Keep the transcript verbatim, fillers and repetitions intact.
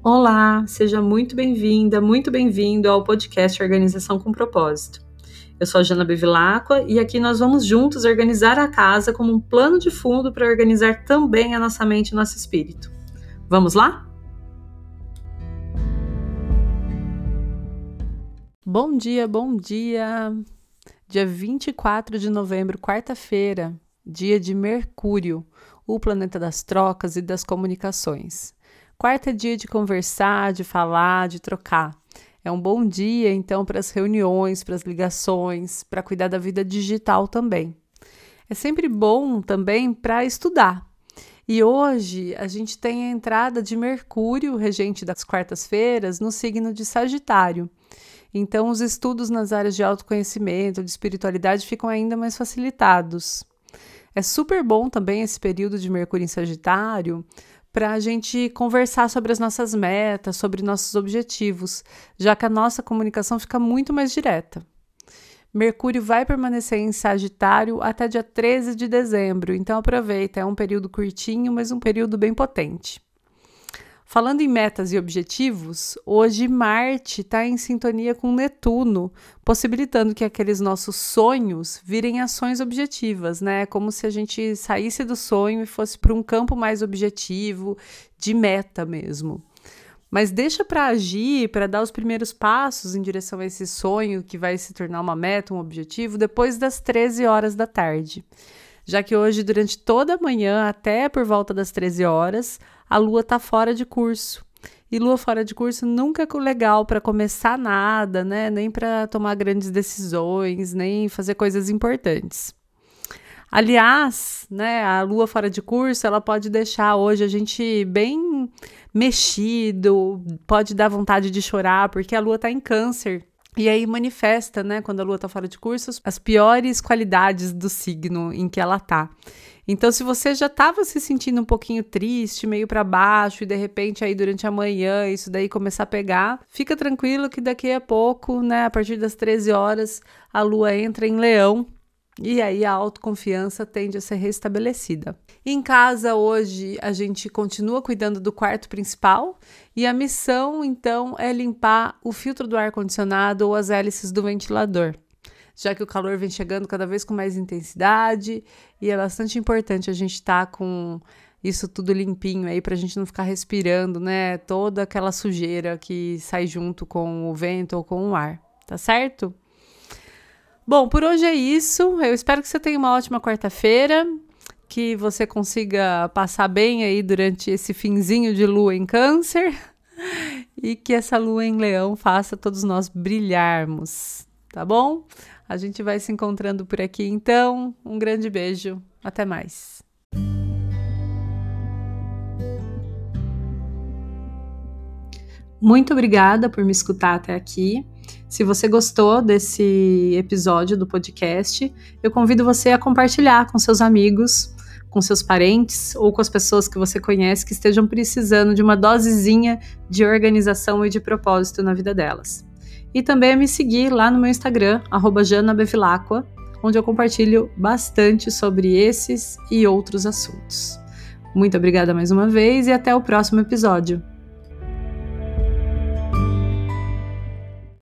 Olá, seja muito bem-vinda, muito bem-vindo ao podcast Organização com Propósito. Eu sou a Jana Bevilacqua e aqui nós vamos juntos organizar a casa como um plano de fundo para organizar também a nossa mente e nosso espírito. Vamos lá? Bom dia, bom dia! Dia vinte e quatro de novembro, quarta-feira, dia de Mercúrio, o planeta das trocas e das comunicações. Quarta é dia de conversar, de falar, de trocar. É um bom dia, então, para as reuniões, para as ligações, para cuidar da vida digital também. É sempre bom também para estudar. E hoje a gente tem a entrada de Mercúrio, regente das quartas-feiras, no signo de Sagitário. Então, os estudos nas áreas de autoconhecimento, de espiritualidade ficam ainda mais facilitados. É super bom também esse período de Mercúrio em Sagitário para a gente conversar sobre as nossas metas, sobre nossos objetivos, já que a nossa comunicação fica muito mais direta. Mercúrio vai permanecer em Sagitário até dia treze de dezembro, então aproveita, é um período curtinho, mas um período bem potente. Falando em metas e objetivos, hoje Marte está em sintonia com Netuno, possibilitando que aqueles nossos sonhos virem ações objetivas, né? Como se a gente saísse do sonho e fosse para um campo mais objetivo, de meta mesmo. Mas deixa para agir, para dar os primeiros passos em direção a esse sonho que vai se tornar uma meta, um objetivo, depois das treze horas da tarde. Já que hoje, durante toda a manhã, até por volta das treze horas, a Lua está fora de curso. E Lua fora de curso nunca é legal para começar nada, né? Nem para tomar grandes decisões, nem fazer coisas importantes. Aliás, né, a Lua fora de curso, ela pode deixar hoje a gente bem mexido, pode dar vontade de chorar, porque a Lua está em Câncer. E aí manifesta, né, quando a Lua está fora de curso, as piores qualidades do signo em que ela está. Então, se você já estava se sentindo um pouquinho triste, meio para baixo, e de repente aí durante a manhã isso daí começar a pegar, fica tranquilo que daqui a pouco, né, a partir das treze horas, a Lua entra em Leão. E aí a autoconfiança tende a ser restabelecida. Em casa hoje a gente continua cuidando do quarto principal e a missão então é limpar o filtro do ar-condicionado ou as hélices do ventilador, já que o calor vem chegando cada vez com mais intensidade e é bastante importante a gente estar tá com isso tudo limpinho aí para a gente não ficar respirando, né, toda aquela sujeira que sai junto com o vento ou com o ar, tá certo? Bom, por hoje é isso. Eu espero que você tenha uma ótima quarta-feira, que você consiga passar bem aí durante esse finzinho de Lua em Câncer e que essa Lua em Leão faça todos nós brilharmos, tá bom? A gente vai se encontrando por aqui, então. Um grande beijo. Até mais. Muito obrigada por me escutar até aqui. Se você gostou desse episódio do podcast, eu convido você a compartilhar com seus amigos, com seus parentes ou com as pessoas que você conhece que estejam precisando de uma dosezinha de organização e de propósito na vida delas. E também a me seguir lá no meu Instagram, arroba Jana Bevilacqua, onde eu compartilho bastante sobre esses e outros assuntos. Muito obrigada mais uma vez e até o próximo episódio.